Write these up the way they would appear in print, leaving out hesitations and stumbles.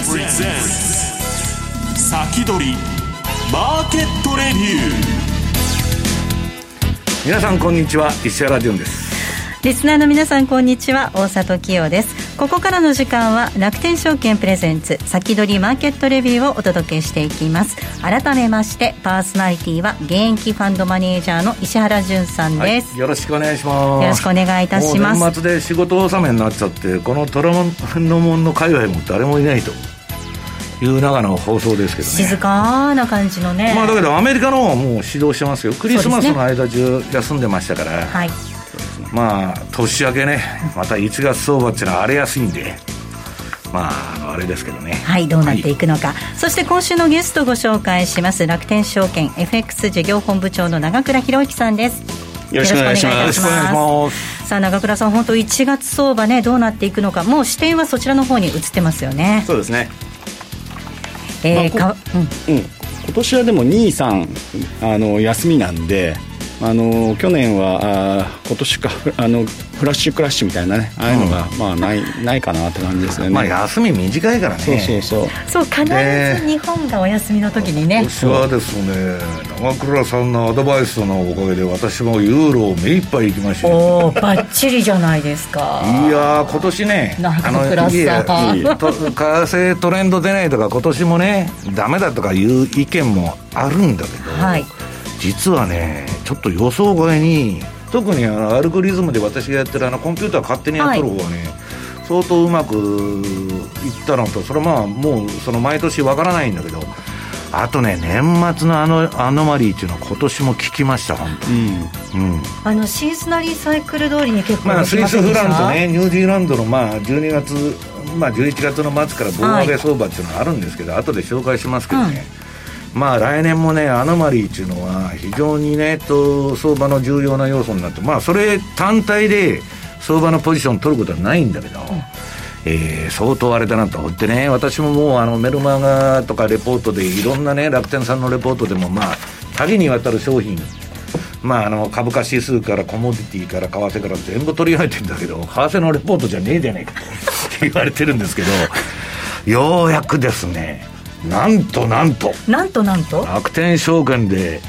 先取りマーケットレビュー。 皆さんこんにちは、石原潤です。 リスナーの皆さんこんにちは、大里清です。ここからの時間は楽天証券プレゼンツ先取りマーケットレビューをお届けしていきます。改めましてパーソナリティは現役ファンドマネージャーの石原潤さんです、 よろしくお願いします。 よろしくお願いいたします。 もう年末で仕事納めになっちゃって、この虎ノ門の界隈も誰もいないという中の放送ですけどね、 静かな感じのね。 だけどアメリカの方はもう指導してますよ。クリスマスの間中休んでましたから、はい、年明けね、また1月相場っていうのは荒れやすいんで、あれですけどね、 はい、どうなっていくのか、そして今週のゲストをご紹介します。楽天証券 FX 事業本部長の長倉博之さんです。 よろしくお願いします。 さあ長倉さん、本当1月相場ね、どうなっていくのか、もう視点はそちらの方に移ってますよね。 そうですね。今年はでも2、3休みなんで、去年は今年かフラッシュクラッシュみたいなね、ああいうのが、ないかなって感じですよね。 休み短いからね。 そう必ず日本がお休みの時にね。 今年はですね、長倉さんのアドバイスのおかげで私もユーロを目いっぱい行きました。 おー、バッチリじゃないですか。 いや今年ね、 長倉さん、為替トレンド出ないとか今年もねダメだとかいう意見もあるんだけど、はい、実はねちょっと予想外に、特にアルゴリズムで私がやってるコンピューター勝手にやってる方はね、相当うまくいったのと、それはもうその毎年わからないんだけど、あとね年末のアノマリーっていうのは今年も効きました。本当に、 シーズナリーサイクル通りに結構スイスフランとね、ニュージーランドの12月、11月の末から棒上げ相場っていうのがあるんですけど、後で紹介しますけどね、来年もねアノマリーっていうのは非常にね相場の重要な要素になって、それ単体で相場のポジション取ることはないんだけど、相当あれだなと思ってね、私ももうメルマガとかレポートでいろんなね、楽天さんのレポートでも多岐にわたる商品、株価指数からコモディティから為替から全部取り上げてるんだけど、為替のレポートじゃねえじゃねえかと言われてるんですけど、ようやくですね、なんと楽天証券で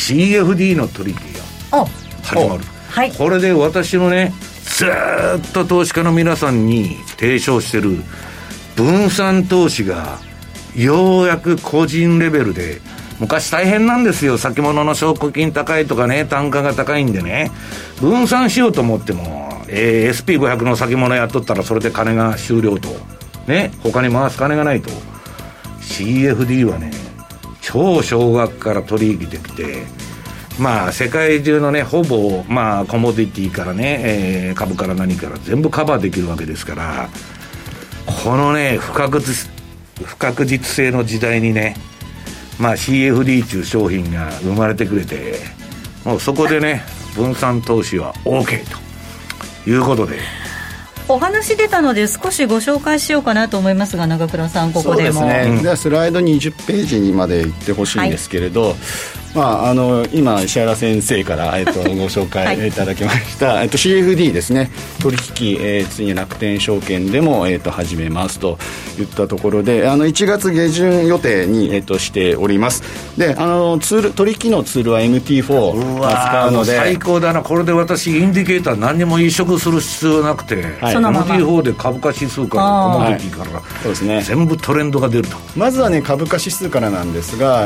CFD の取引が始まる、はい、これで私のねずっと投資家の皆さんに提唱してる分散投資がようやく個人レベルで、昔大変なんですよ、先物の証拠金高いとかね、単価が高いんでね、分散しようと思っても、SP500 の先物やっとったらそれで金が終了とね、他に回す金がないと。CFD はね超少額から取引できて、世界中のねほぼコモディティからね、株から何から全部カバーできるわけですから、このね不確実性の時代にね、CFD 中商品が生まれてくれて、もうそこでね分散投資は OK ということで、 お話出たので少しご紹介しようかなと思いますが、長倉さん、ここでもそうですね、ではスライド20ページにまで行ってほしいんですけれど、今石原先生から、ご紹介いただきました、CFD ですね、取引、次に楽天証券でも、始めますといったところで、1月下旬予定に、しております。で取引のツールは MT4 を使うので、 最高だな。これで私インディケーター何にも移植する必要なくて、MT4 で株価指数からコモディティから、そうですね、全部トレンドが出ると。 まずはね株価指数からなんですが、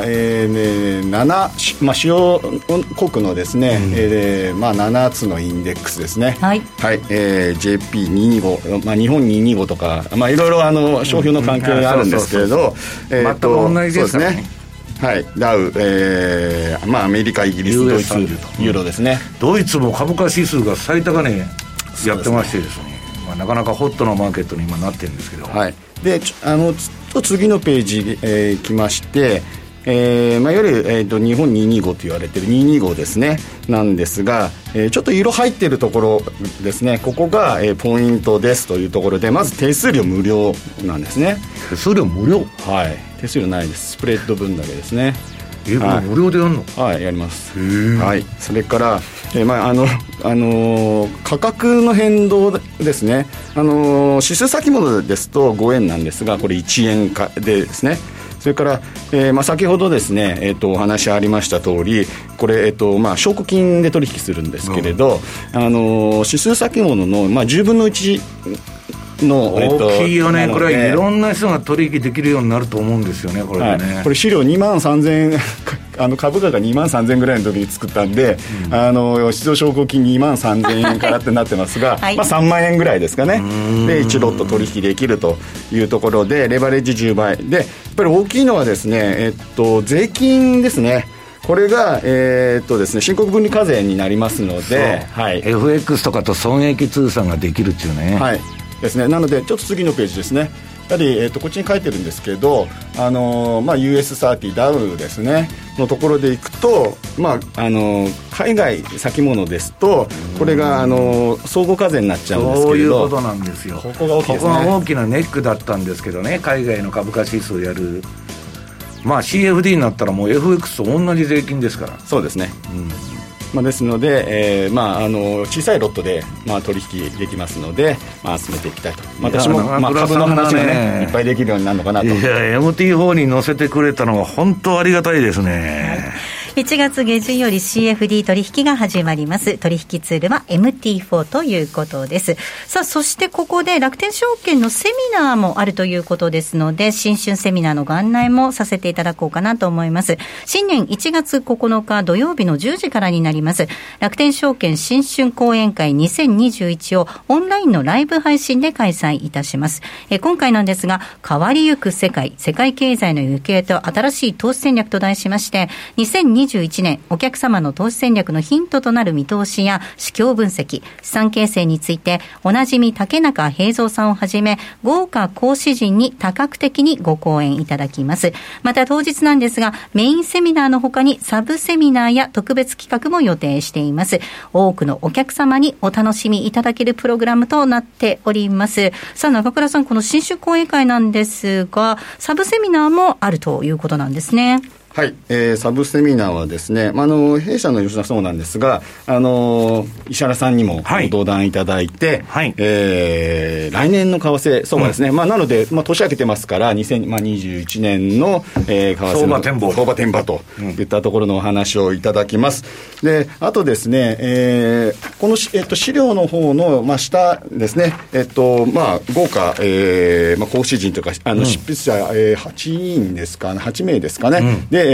主要国のですね、7つのインデックスですね、JP225、日本225とか、いろいろ商標の関係があるんですけれど、 全く同じですからね。 ダウ、アメリカ、イギリス、ドイツ、ユーロですね。 ドイツも株価指数が最高値やってましてですね、なかなかホットなマーケットに今なってるんですけど、 で次のページ、行きまして、いわゆる、日本225と言われている225ですねなんですが、ちょっと色入っているところですね、ここが、ポイントですというところで、まず手数料無料なんですね。 手数料無料？ 手数料ないです。スプレッド分だけですね。 これ無料でやるの？ はい、やります。はい、それから、価格の変動ですね。指数先物ですと5円なんですが、これ1円かでですね。それから、先ほどですね、お話ありました通り、これ、証拠金で取引するんですけれど、指数先物の、10分の1の、 大きいよね。これはいろんな人が取引できるようになると思うんですよね、これでね。 これ資料2万3000株価が2万3000ぐらいの時に作ったんで、市場証拠金2万3000円からってなってますが、はい、3万円ぐらいですかね。で1ロット取引できるというところで、レバレッジ10倍で、やっぱり大きいのはですね、税金ですね。これが、ですね、申告分離課税になりますので、はい、 FX とかと損益通算ができるっていうね。 はいですね。なのでちょっと次のページですね。やはり、こっちに書いてるんですけど、US30 ダウですねのところでいくと、海外先物ですとこれが相互課税になっちゃうんですけれど、 そういうことなんですよ。 ここが大きいですね。 ここが大きなネックだったんですけどね、海外の株価指数やる、CFD になったらもう FX と同じ税金ですから。 そうですね、ですので、小さいロットで、取引できますので、集めていきたいと。私も、株の話がねいっぱいできるようになるのかなと。 いや MT4 に載せてくれたのは本当ありがたいですね。 1月下旬より CFD 取引が始まります。取引ツールは MT4 ということです。さあ、そしてここで楽天証券のセミナーもあるということですので、新春セミナーのご案内もさせていただこうかなと思います。新年1月9日土曜日の10時からになります楽天証券新春講演会2021をオンラインのライブ配信で開催いたします。今回なんですが、変わりゆく世界経済の行方と新しい投資戦略と題しまして、2021年お客様の投資戦略のヒントとなる見通しや市況分析、資産形成についておなじみ竹中平蔵さんをはじめ豪華講師陣に多角的にご講演いただきます。また当日なんですが、メインセミナーの他にサブセミナーや特別企画も予定しています。多くのお客様にお楽しみいただけるプログラムとなっております。さあ、中倉さん、この新春講演会なんですが、サブセミナーもあるということなんですね。 はい、サブセミナーはですね、弊社の吉田そうなんですが、石原さんにもご登壇いただいて、はい、来年の為替相場ですね、なので、年明けてますから2021年の、為替の相場展望といったところのお話をいただきます。で、あとですね、この、資料の方の、下ですね、豪華、講師陣というか執筆者、8人ですかね、8名ですかね、で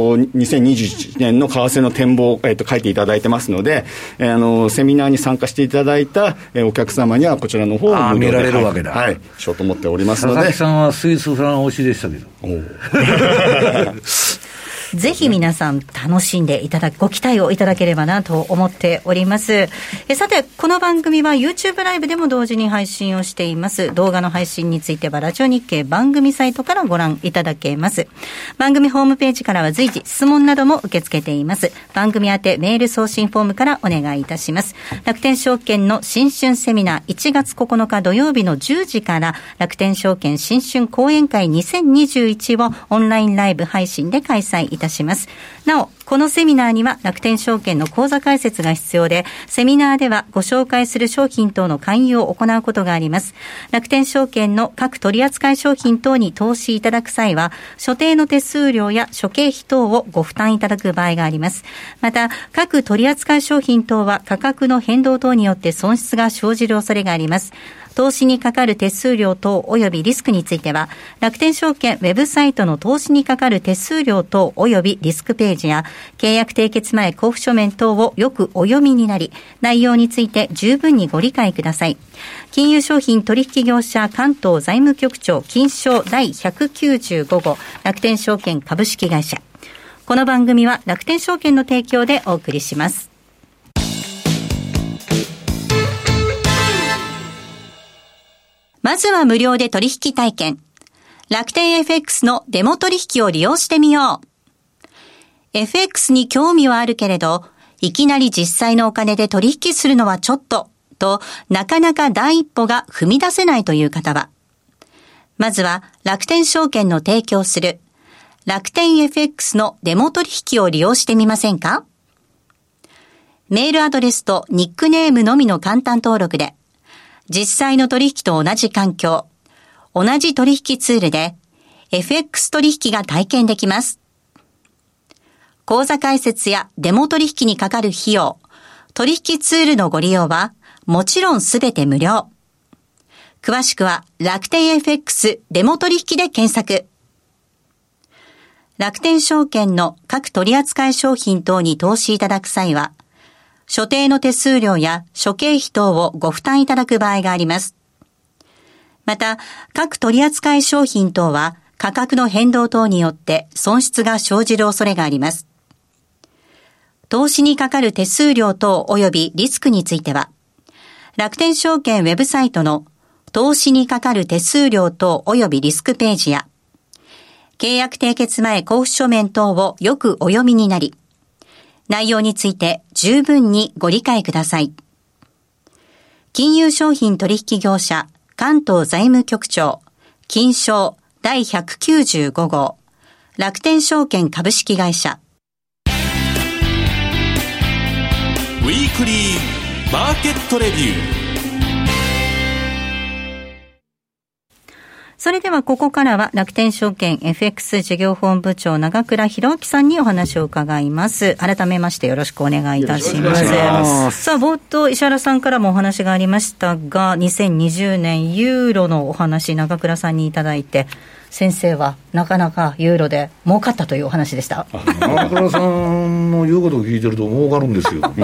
2021年の為替の展望を、書いていただいてますので、セミナーに参加していただいた、お客様にはこちらの方を見られるわけだ。 はい、しようと思っておりますので。 佐々木さんはスイスフラン推しでしたけどぜひ皆さん楽しんでいただく、ご期待をいただければなと思っております。さて、この番組は YouTube ライブでも同時に配信をしています。動画の配信についてはラジオ日経番組サイトからご覧いただけます。番組ホームページからは随時質問なども受け付けています。番組宛てメール送信フォームからお願いいたします。楽天証券の新春セミナー1月9日土曜日の10時から楽天証券新春講演会2021をオンラインライブ配信で開催いたします。なお、このセミナーには楽天証券の口座開設が必要で、セミナーではご紹介する商品等の勧誘を行うことがあります。楽天証券の各取扱商品等に投資いただく際は、所定の手数料や諸経費等をご負担いただく場合があります。また、各取扱商品等は価格の変動等によって損失が生じる恐れがあります。投資にかかる手数料等及びリスクについては、楽天証券ウェブサイトの投資にかかる手数料等及びリスクページや、契約締結前交付書面等をよくお読みになり、内容について十分にご理解ください。金融商品取引業者関東財務局長金商第195号楽天証券株式会社。この番組は楽天証券の提供でお送りします。まずは無料で取引体験。楽天 FX のデモ取引を利用してみよう。FX に興味はあるけれど、いきなり実際のお金で取引するのはちょっと、となかなか第一歩が踏み出せないという方は、まずは楽天証券の提供する楽天 FX のデモ取引を利用してみませんか？メールアドレスとニックネームのみの簡単登録で、実際の取引と同じ環境、同じ取引ツールで FX 取引が体験できます。口座開設やデモ取引にかかる費用、取引ツールのご利用はもちろんすべて無料。詳しくは楽天 FX デモ取引で検索。楽天証券の各取扱商品等に投資いただく際は、所定の手数料や諸経費等をご負担いただく場合があります。また、各取扱商品等は価格の変動等によって損失が生じる恐れがあります。投資にかかる手数料等及びリスクについては、楽天証券ウェブサイトの投資にかかる手数料等及びリスクページや、契約締結前交付書面等をよくお読みになり、内容について十分にご理解ください。金融商品取引業者関東財務局長金商第195号楽天証券株式会社。 ウィークリーマーケットレビュー。 それではここからは楽天証券 FX 事業本部長長倉弘明さんにお話を伺います。改めましてよろしくお願いいたします。さあ冒頭石原さんからもお話がありましたが、2020年ユーロのお話長倉さんにいただいて、先生はなかなかユーロで儲かったというお話でした。 長倉さんの言うことを聞いてると儲かるんですよ。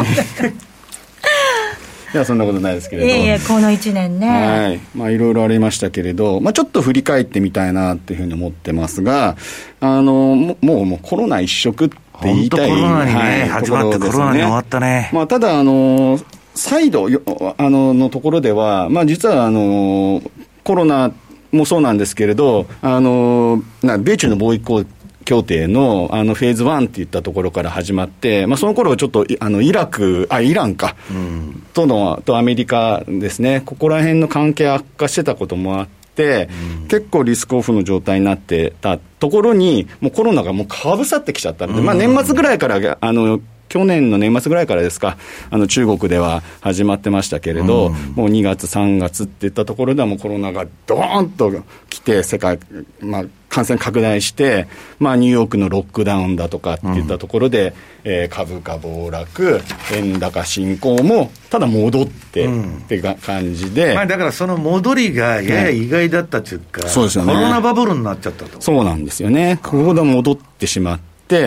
いやそんなことないですけれど、 この1年ね、 はい、まあいろいろありましたけれど、まあちょっと振り返ってみたいなっていうふうに思ってますが、もうコロナ一色って言いたい、 コロナにね、 はい、 始まってコロナに終わったね。 まあただ再度のところでは、まあ実はコロナもそうなんですけれど、米中の貿易協定のフェーズ1っていったところから始まって、まあ、その頃ちょっとイランか、とアメリカですね、ここら辺の関係悪化してたこともあって、結構リスクオフの状態になってたところにもうコロナがもうかぶさってきちゃったので、まあ、年末ぐらいから去年の年末ぐらいからですか、中国では始まってましたけれど、もう2月3月っていったところではもうコロナがドーンと来て世界、まあ、感染拡大して、まあ、ニューヨークのロックダウンだとかっていったところで、株価暴落、円高進行もただ戻ってって感じで、 まあ、だからその戻りがやや意外だったというか、 そうですよね、 コロナバブルになっちゃったと。 そうなんですよね。ここで戻ってしまって、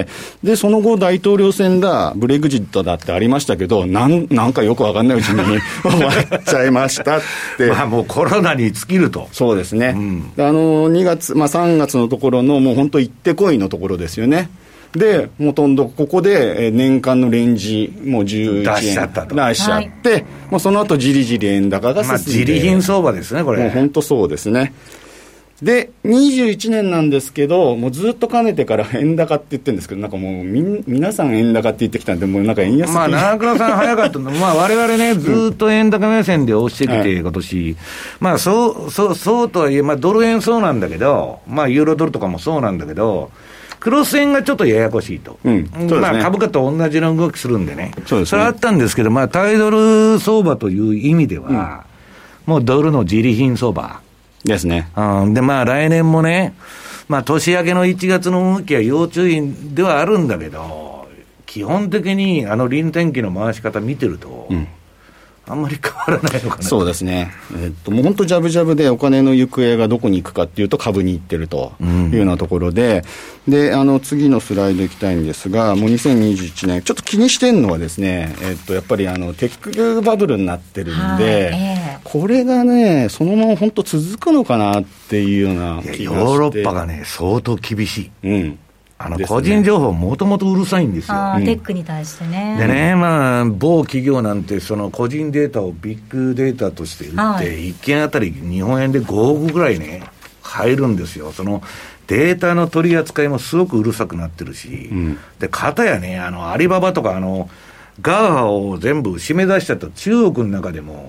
でその後大統領選だブレグジットだってありましたけど、なんかよく分かんないうちに終わっちゃいましたってまあもうコロナに尽きると。 そうですね、2月、まあ、3月のところのもう本当行ってこいのところですよね。でほとんどここで年間のレンジもう11円出しちゃったと。 出しちゃって、はい、もうその後じりじり円高が進んで、 まあ、じり貧相場ですねこれ。 もう本当そうですね。で21年なんですけど、もうずっとかねてから円高って言ってるんですけど、なんかもう皆さん円高って言ってきたんで、もうなんか円安って、 まあ長倉さん早かったのまあ我々ねずっと円高目線で押してきて、今年まあそうとはいえ、まあドル円そうなんだけど、まあユーロドルとかもそうなんだけど、クロス円がちょっとややこしいと、そうですね、まあ、株価と同じような動きするんでね、それはあったんですけど、まあ対ドル相場という意味では、もうドルのじり貧相場ですね。 でまあ来年もね、まあ年明けの1月の動きは要注意ではあるんだけど、基本的に臨転機の回し方見てると、あんまり変わらないのかな。 そうですね、もう本当ジャブジャブでお金の行方がどこに行くかっていうと株に行ってるというようなところで、で次のスライド行きたいんですが、もう2021年ちょっと気にしてるのはですね、やっぱりテックバブルになってるんで、これがねそのまま本当続くのかなっていうような気がして、 ヨーロッパがね相当厳しい、個人情報もともとうるさいんですよ。 テックに対してね。 でね、まあ某企業なんてその個人データをビッグデータとして売って、1件あたり日本円で5億ぐらいね入るんですよ。そのデータの取り扱いもすごくうるさくなってるし、で片やねアリババとかガーハを全部締め出しちゃった中国の中でも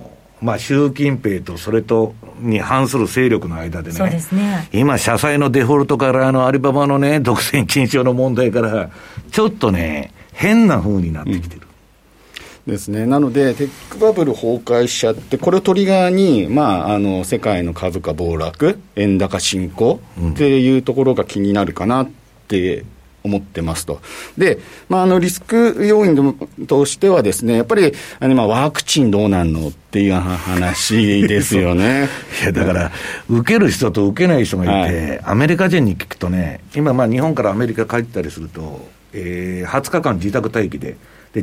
習近平とそれとに反する勢力の間でね、 そうですね、 今社債のデフォルトからアリババのね独占禁止の問題からちょっとね変な風になってきてる、 ですね。なのでテックバブル崩壊しちゃって、これをトリガーに、世界の株価暴落、円高進行っていうところが気になるかなって思ってますと。で、リスク要因としてはですね、やっぱりワクチンどうなんのっていう話ですよね。 いやだから受ける人と受けない人がいて、アメリカ人に聞くとね、今日本からアメリカ帰ったりすると、20日間自宅待機で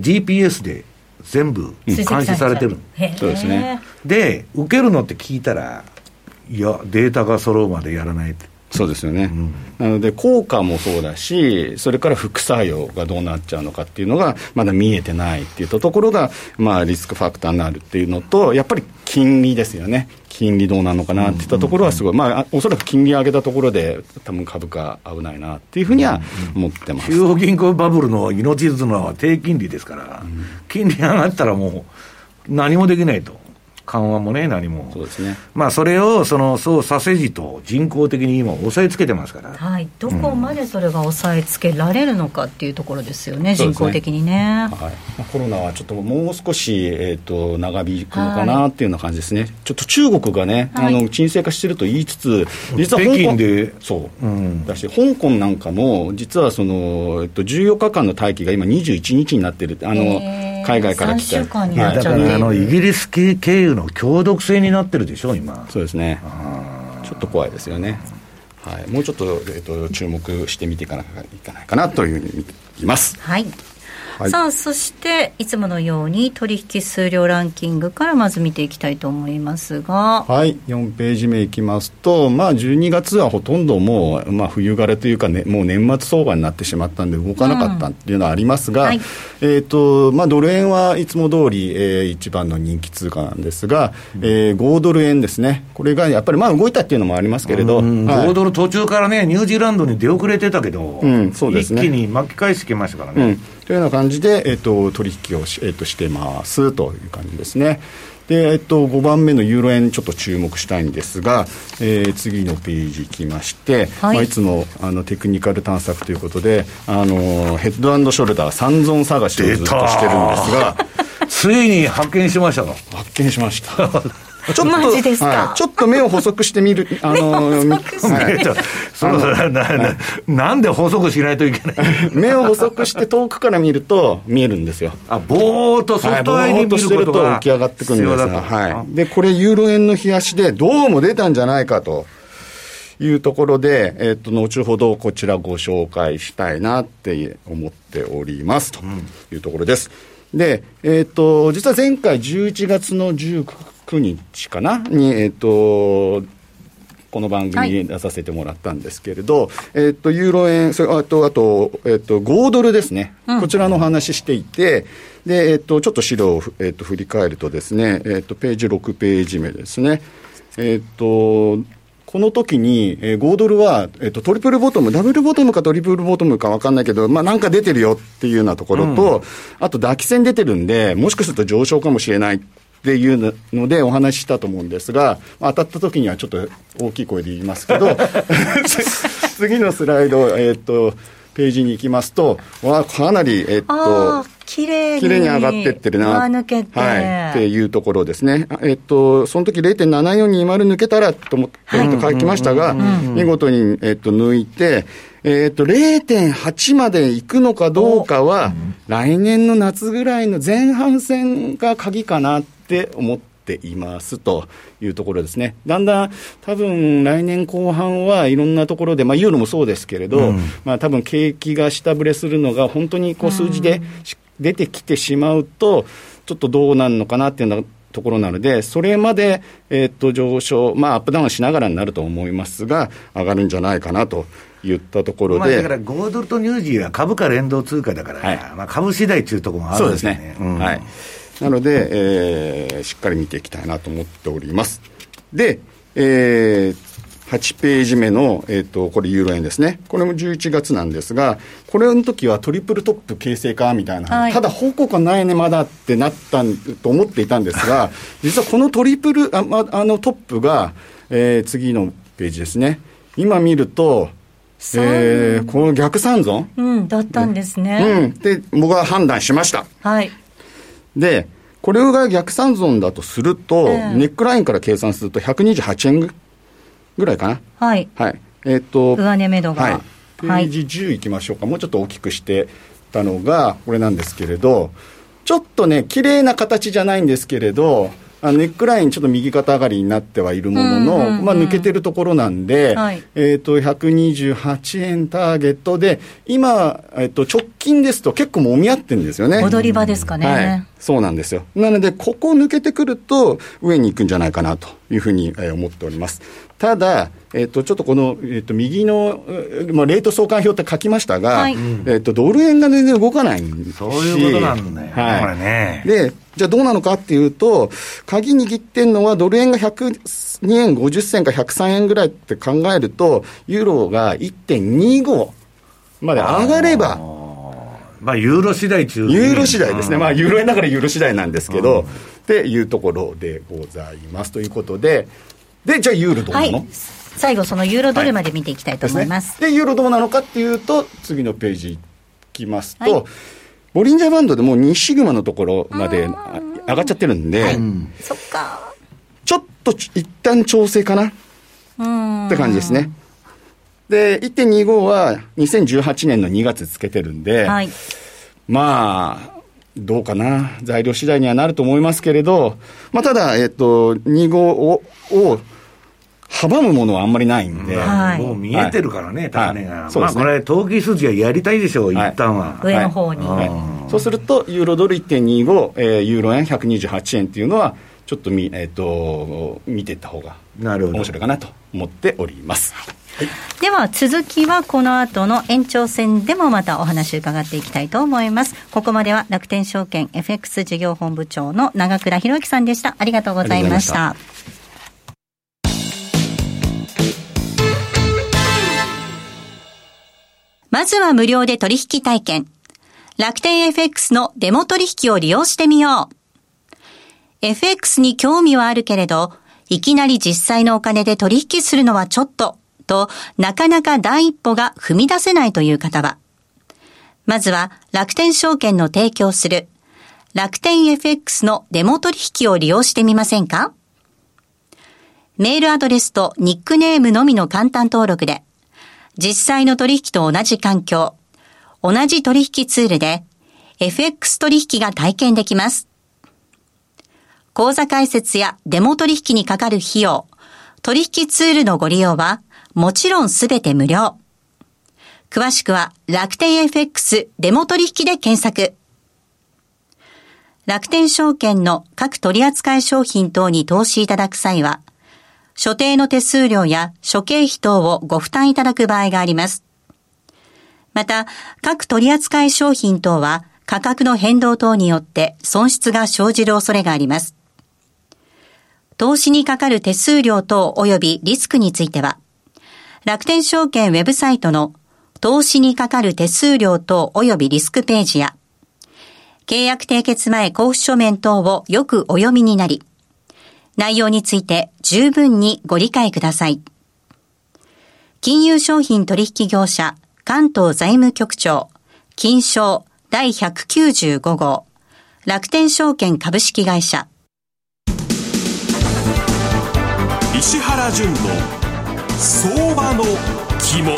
GPS で全部監視されてる。 そうですね。 で受けるのって聞いたら、いやデータが揃うまでやらないって。 そうですよね、なので効果もそうだし、それから副作用がどうなっちゃうのかっていうのがまだ見えてないっていうところが、リスクファクターになるっていうのと、やっぱり金利ですよね。金利どうなのかなっていったところはすごい、おそらく金利上げたところで多分株価危ないなっていうふうには思ってます。 中央銀行バブルの命綱は低金利ですから、金利上がったらもう何もできないと。緩和もね、何も。 そうですね。 それをそうさせじと人工的に今押さえつけてますから。 はい。どこまでそれが押さえつけられるのかっていうところですよね、人工的にね。 はい。コロナはちょっともう少し、長引くのかなっていうような感じですね。ちょっと中国がね、沈静化してると言いつつ、実は北京でそう、だし香港なんかも実は14日間の待機が今21日になってる。海外から来た 3週間になっちゃう、 だからイギリス経由の強毒性になってるでしょ今。 そうですね。ちょっと怖いですよね。はい、もうちょっと、注目してみていかないかなというふうに見ています。 はい。さあ、そしていつものように取引数量ランキングからまず見ていきたいと思いますが、 はい、4ページ目いきますと、12月はほとんどもう、冬枯れというか、ね、もう年末相場になってしまったんで動かなかったっていうのはありますが、ドル円はいつも通り、一番の人気通貨なんですが、5ドル円ですね、これがやっぱり動いたっていうのもありますけれど、 5ドル途中からねニュージーランドに出遅れてたけど、 そうですね、 一気に巻き返してきましたからね、 というような感じで、取引をしてますという感じですね。で、5番目のユーロ円ちょっと注目したいんですが、次のページいきまして、いつもテクニカル探索ということでヘッド&ショルダー3ゾーン探しをずっとしてるんですがついに発見しましたか。 発見しましたちょっとマジですか、 ちょっと目を細くしてみるなんで細くしないといけない目を細くして遠くから見ると見えるんですよ。 ぼーっとソフトアイに見ることが起き上がってくるんですが、でこれユーロ円の冷やしでどうも出たんじゃないかというところで、後ほどこちらご紹介したいなって思っておりますというところです。で、実は前回11月の19日かなに、この番組に出させてもらったんですけれど、ユーロ円、それあと、5ドルですね、こちらの話していて、で、ちょっと資料を、振り返るとですね、ページ6ページ目ですね。この時に、5ドルは、トリプルボトム、ダブルボトムかトリプルボトムか分かんないけど、なんか出てるよっていうようなところと、あと抱き線出てるんで、もしかすると上昇かもしれないっていうのでお話ししたと思うんですが、当たった時にはちょっと大きい声で言いますけど、次のスライド、ページに行きますと、かなり、 きれいに上がってってるな、 抜けて、 っていうところですね。その時 0.7420 抜けたらと思って書きましたが、見事に、抜いて、0.8 まで行くのかどうかは、来年の夏ぐらいの前半戦が鍵かなって思っていますというところですね。だんだん多分来年後半はいろんなところで、ユーロもそうですけれど、多分景気が下振れするのが本当に数字で出てきてしまうと、ちょっとどうなるのかなっていうようなところなので、それまで、上昇、アップダウンしながらになると思いますが、上がるんじゃないかなと言ったところで、 だから5ドルとニュージーは株価連動通貨だから、株次第というところもあるんですね。 そうですね、はい。なので、しっかり見ていきたいなと思っております。で、 8ページ目の、これユーロ円ですね。これも11月なんですが、これの時はトリプルトップ形成かみたいな、はい、ただ方向感ないねまだってなったと思っていたんですが実はこのトリプルトップが、次のページですね。今見ると、この逆三尊、 だったんですね、 で僕は判断しました、 はい、 でこれが逆三尊だとすると、ネックラインから計算すると128円ぐらいかな。 はい。 はい。 上値目処が。 はい。ページ10いきましょうか。もうちょっと大きくしてたのが、これなんですけれど、ちょっとね、綺麗な形じゃないんですけれど、ネックラインちょっと右肩上がりになってはいるものの、抜けてるところなんで、はい、128円ターゲットで、今、直近ですと結構もみ合ってるんですよね。 踊り場ですかね。 はい。そうなんですよ。なので、ここを抜けてくると、上に行くんじゃないかなというふうに思っております。ただ、ちょっとこの、右の、レート相関表って書きましたが、はい、ドル円が全然動かないんです。 そういうことなんだよ、はい、これね。 で、じゃあどうなのかっていうと、鍵握ってんのはドル円が102円50銭か103円ぐらいって考えると、ユーロが 1.25 まで上がれば、 まあ、ユーロ次第中ユーロ次第ですね。まあ、ユーロ円だからユーロ次第なんですけど、っていうところでございますということで、で、じゃあユーロどうなの？ はい、最後そのユーロドルまで見ていきたいと思います。 で、ユーロどうなのかっていうと、次のページいきますと、はい、ボリンジャーバンドでもう2シグマのところまで上がっちゃってるんで、 そっか。 ちょっと一旦調整かなって感じですね。で、1.25 は2018年の2月つけてるんで、はい、まあ、どうかな。材料次第にはなると思いますけれど、まあ、ただ、25を阻むものはあんまりないんで。 もう見えてるからね、高値が。まあ、これ、投機筋はやりたいでしょう、一旦は。 上の方に。 そうすると、ユーロドル 1.25、ユーロ円128円っていうのは、ちょっと見ていった方が面白いかなと思っております。 では続きはこの後の延長戦でもまたお話を伺っていきたいと思います。ここまでは楽天証券 FX 事業本部長の長倉博之さんでした。ありがとうございました。まずは無料で取引体験。楽天 FX のデモ取引を利用してみよう。FX に興味はあるけれど、いきなり実際のお金で取引するのはちょっと、となかなか第一歩が踏み出せないという方は、まずは楽天証券の提供する楽天 FX のデモ取引を利用してみませんか？メールアドレスとニックネームのみの簡単登録で、実際の取引と同じ環境、同じ取引ツールで FX 取引が体験できます。口座開設やデモ取引にかかる費用、取引ツールのご利用はもちろんすべて無料。詳しくは楽天 FX デモ取引で検索。楽天証券の各取扱商品等に投資いただく際は、所定の手数料や諸経費等をご負担いただく場合があります。また、各取扱商品等は価格の変動等によって損失が生じる恐れがあります。投資にかかる手数料等及びリスクについては、楽天証券ウェブサイトの投資にかかる手数料等及びリスクページや、契約締結前交付書面等をよくお読みになり、内容について十分にご理解ください。金融商品取引業者関東財務局長金商第195号楽天証券株式会社石原淳の相場の肝。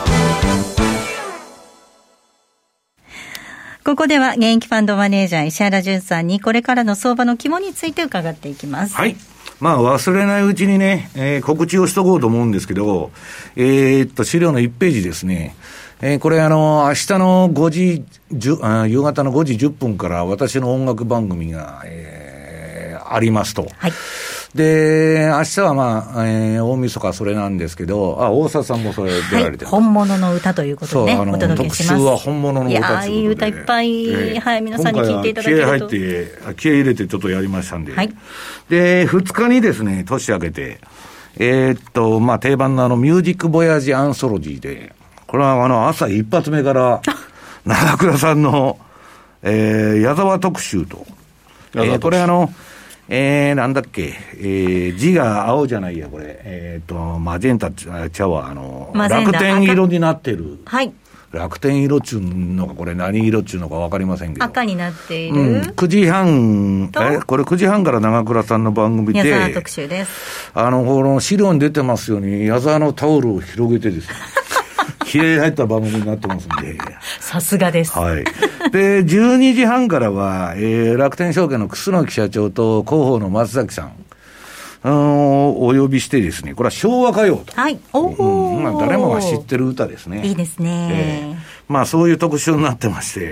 ここでは現役ファンドマネージャー石原淳さんにこれからの相場の肝について伺っていきます。 はい。まあ忘れないうちにね、告知をしとこうと思うんですけど、資料の1ページですね。これ明日の5時夕方の5時10分から私の音楽番組が、ありますと。はい。で、明日はまあ、大晦日それなんですけど、大沢さんもそれ出られてる、 はい、本物の歌ということでね、お届けします。 特集は本物の歌ということで。 いい歌いっぱい、はい、皆さんに聞いていただけると。 気合入れてちょっとやりましたんで。はい。で、2日にですね、年明けて、 まあ、定番のミュージックボヤージアンソロジーで、これは朝一発目から長倉さんの、矢沢特集と、これなんだっけ、字が青じゃないや、これ。マジェンタ茶は、楽天色になってる。はい。楽天色っちゅうのか、これ何色っちゅうのか分かりませんけど。 赤になっている。 9時半、これ9時半から長倉さんの番組で。 矢沢特集です。 この資料に出てますように、矢沢のタオルを広げてですね。気合い入った番組になってますんで。 さすがです。 はい。で、12時半からは、楽天証券の楠木社長と広報の松崎さん、お呼びしてですね、これは昭和歌謡と。 はい。 まあ、誰もが知ってる歌ですね。 いいですね。 まあ、そういう特集になってまして、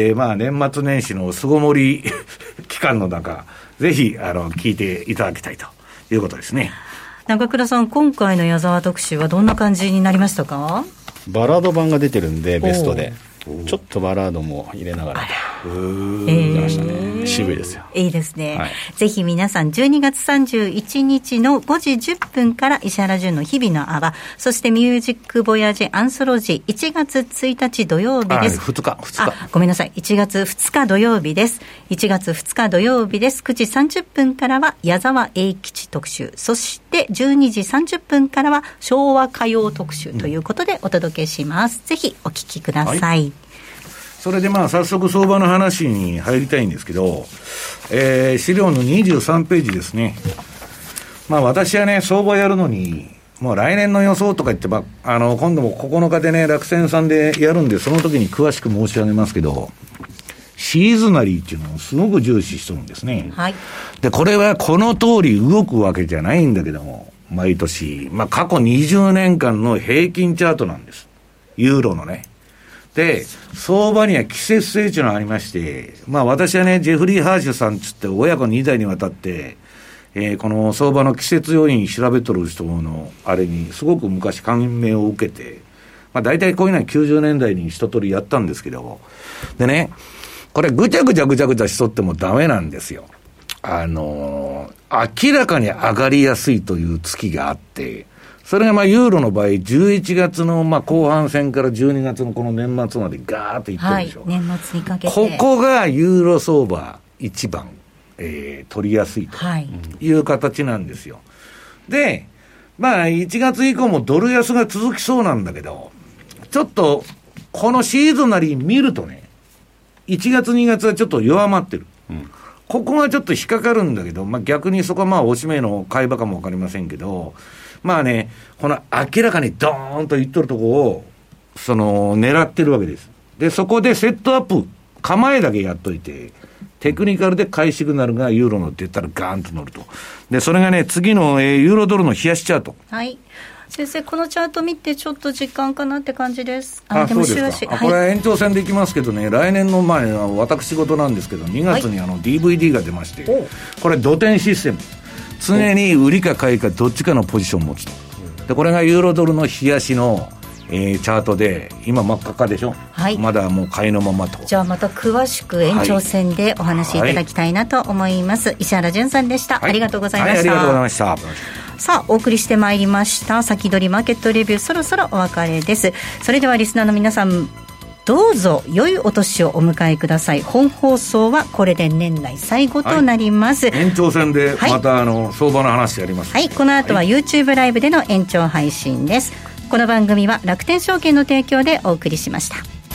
まあ、年末年始の巣ごもり期間の中、ぜひ、聞いていただきたいということですね。 中倉さん、今回の矢沢特集はどんな感じになりましたか？ バラード版が出てるんでベストでちょっとバラードも入れながら出ましたね。渋いですよ。 いいですね、 はい、 ぜひ皆さん12月31日の5時10分から石原潤の日々の泡、そしてミュージックボヤージアンソロジー1月1日土曜日です。 2日ごめんなさい、1月2日土曜日です。1月2日土曜日です。9時30分からは矢沢永吉特集、そして12時30分からは昭和歌謡特集ということでお届けします、ぜひお聞きください、はい。 それでまあ早速相場の話に入りたいんですけど、資料の23ページですね。まあ私はね、相場やるのに、もう来年の予想とか言って、今度も9日でね、楽天さんでやるんで、その時に詳しく申し上げますけど、シーズナリーっていうのをすごく重視してるんですね。 はい。 で、これはこの通り動くわけじゃないんだけども、毎年、まあ過去20年間の平均チャートなんです。ユーロのね。で、相場には季節性というのがありまして、まあ私はね、ジェフリー・ハーシュさんつって親子2代にわたって、この相場の季節要因調べとる人のあれにすごく昔感銘を受けて、まあ大体こういうのは90年代に一通りやったんですけど、でね、これぐちゃぐちゃしとってもダメなんですよ。明らかに上がりやすいという月があって、それがまあユーロの場合、11月のまあ後半戦から12月のこの年末までガーッといってるでしょ。 はい、年末にかけて。 ここがユーロ相場一番、取りやすいという形なんですよ。で、まあ1月以降もドル安が続きそうなんだけど、ちょっとこのシーズンなり見るとね、1月2月はちょっと弱まってる。ここがちょっと引っかかるんだけど、まあ逆にそこはまあおしめの買い場かもわかりませんけど、まあね、この明らかにドーンといっとるとこを、狙ってるわけです。で、そこでセットアップ、構えだけやっといて、テクニカルで買いシグナルがユーロのって言ったらガーンと乗ると。で、それがね、次の、ユーロドルの冷やしチャート。 はい。先生、このチャート見てちょっと時間かなって感じです。 でも週足、これ延長戦でいきますけどね、来年の前は私事なんですけど、2月にDVD が出まして、これ土点システム。常に売りか買いかどっちかのポジションを持つと。で、これがユーロドルの冷やしの、チャートで、今真っ赤っかでしょ、はい、まだもう買いのままと。 じゃあまた詳しく延長戦でお話しいただきたいなと思います、はい、石原潤さんでした、はい、ありがとうございました、 はい、ありがとうございました。 さあ、お送りしてまいりました先取りマーケットレビュー、そろそろお別れです。それではリスナーの皆さん、どうぞ良いお年をお迎えください。本放送はこれで年内最後となります、 はい、延長戦でまた、相場の話やります。 はい、この後は YouTube ライブでの延長配信です。この番組は楽天証券の提供でお送りしました。